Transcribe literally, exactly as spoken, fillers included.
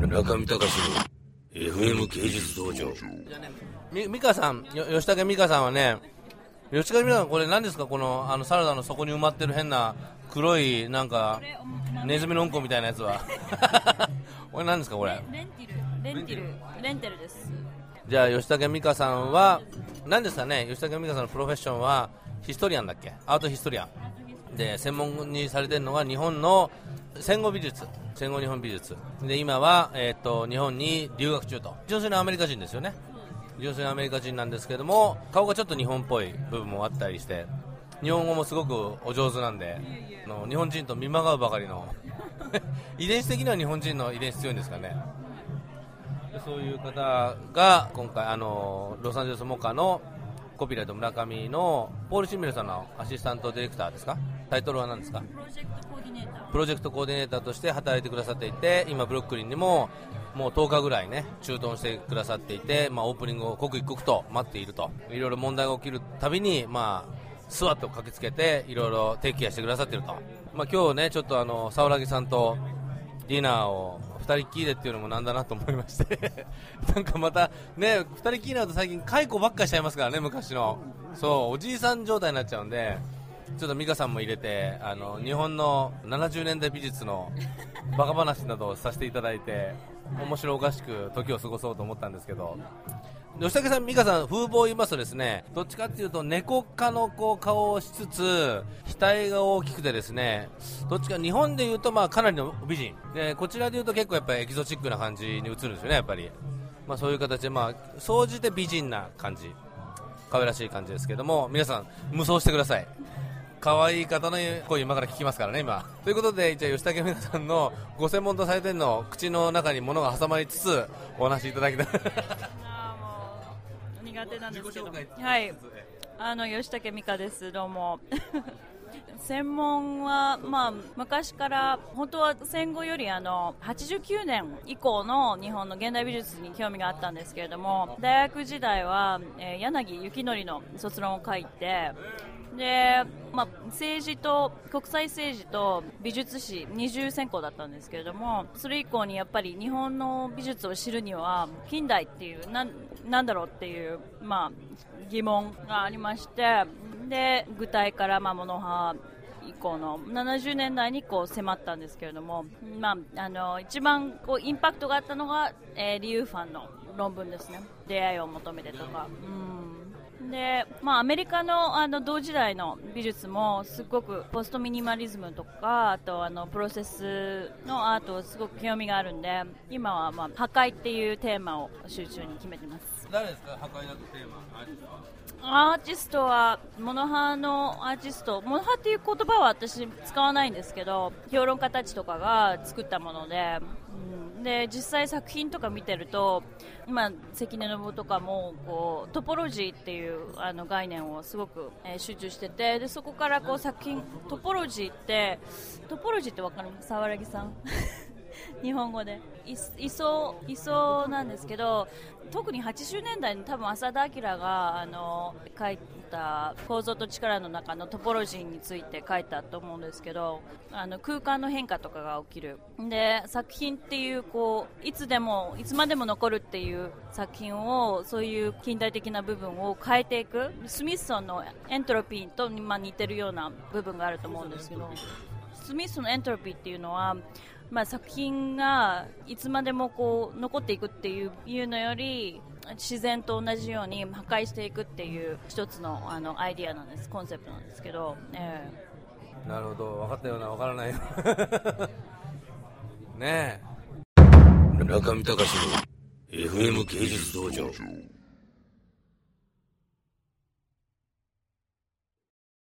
中見隆の エフエム 芸術道場。じゃあね、み美香さん、よ吉武美香さんはね、吉武美香さん、これ何ですか、このあのサラダの底に埋まってる変な黒いなんかネズミのうんこみたいなやつはこれ何ですか、これ。 レンティルレンティルレンテルです。 じゃあ吉武美香さんは何ですかね。吉武美香さんのプロフェッションはヒストリアンだっけ、アートヒストリアンで、専門にされてるのが日本の戦後美術、戦後日本美術で、今は、えー、と日本に留学中と。純粋なアメリカ人ですよね。純粋なアメリカ人なんですけども、顔がちょっと日本っぽい部分もあったりして、日本語もすごくお上手なんで、あの日本人と見まがうばかりの遺伝子的には日本人の遺伝子強いんですかね。そういう方が今回あのロサンゼルスモカのコピーライト村上のポール・シンメルさんのアシスタントディレクターですか。タイトルは何ですか。 プロジェクトコーディネータープロジェクトコーディネーターとして働いてくださっていて、今ブルックリンにももうとおかぐらいね駐屯してくださっていて、まあ、オープニングを刻一刻と待っていると。いろいろ問題が起きるたびに、まあ、スワッと駆けつけていろいろテイクケアしてくださっていると。まあ、今日ねちょっとあの沢良木さんとディナーをふたりっきりでっていうのもなんだなと思いましてなんかまたねふたりっきりになると最近解雇ばっかりしちゃいますからね。昔のそうおじいさん状態になっちゃうんで、ちょっと美香さんも入れてあの日本のななじゅうねんだい美術のバカ話などをさせていただいて、面白おかしく時を過ごそうと思ったんですけど、吉武さん、美香さん風貌を言いますとですね、どっちかっていうと猫科のこう顔をしつつ額が大きくてですね、どっちか日本でいうとまあかなりの美人で、こちらでいうと結構やっぱりエキゾチックな感じに映るんですよね。やっぱり、まあ、そういう形でまあ総じて美人な感じ、可愛らしい感じですけども、皆さん無双してください。可愛い方の声今から聞きますからね今。ということで、じゃあ吉武美香さんのご専門とされているの口の中に物が挟まりつつお話しいただきたいあもう苦手なんですけど、はい、あの吉武美香です。どうも専門は、まあ、昔から本当は戦後よりあのはちじゅうきゅうねん以降の日本の現代美術に興味があったんですけれども、大学時代は、えー、柳幸則の卒論を書いて、で、まあ、政治と国際政治と美術史二重専攻だったんですけれども、それ以降にやっぱり日本の美術を知るには近代っていうな、なんだろうっていう、まあ、疑問がありまして、で具体からまあモノ派以降のななじゅうねんだいにこう迫ったんですけれども、まあ、あの一番こうインパクトがあったのが、えー、リューファンの論文ですね。出会いを求めてとか、うんで、まあ、アメリカ の, あの同時代の美術もすごくポストミニマリズムとか、あとあのプロセスのアートすごく興味があるんで、今は、まあ、破壊っていうテーマを集中に決めてます。 誰ですか、破壊だとテーマ。 アーティストはモノハのアーティスト、モノハっていう言葉は私使わないんですけど、評論家たちとかが作ったもので、うん、で実際作品とか見てると、今関根信とかもこうトポロジーっていうあの概念をすごく、えー、集中してて、でそこからこう作品、トポロジーってトポロジーってわかる？沢良さん日本語で位相位相なんですけど、特にはちじゅうねんだいに多分浅田明があの書いた構造と力の中のトポロジーについて書いたと思うんですけど、あの空間の変化とかが起きるで、作品っていうこういつでもいつまでも残るっていう作品を、そういう近代的な部分を変えていく、スミスソンのエントロピーと、まあ、似てるような部分があると思うんですけど、スミスソンのエントロピーっていうのは、まあ、作品がいつまでもこう残っていくっていう、いうのより自然と同じように破壊していくっていう一つ の, あのアイディアなんです、コンセプトなんですけど、えー、なるほど、分かったような分からないよねえ、中見隆の エフエム 芸術道場。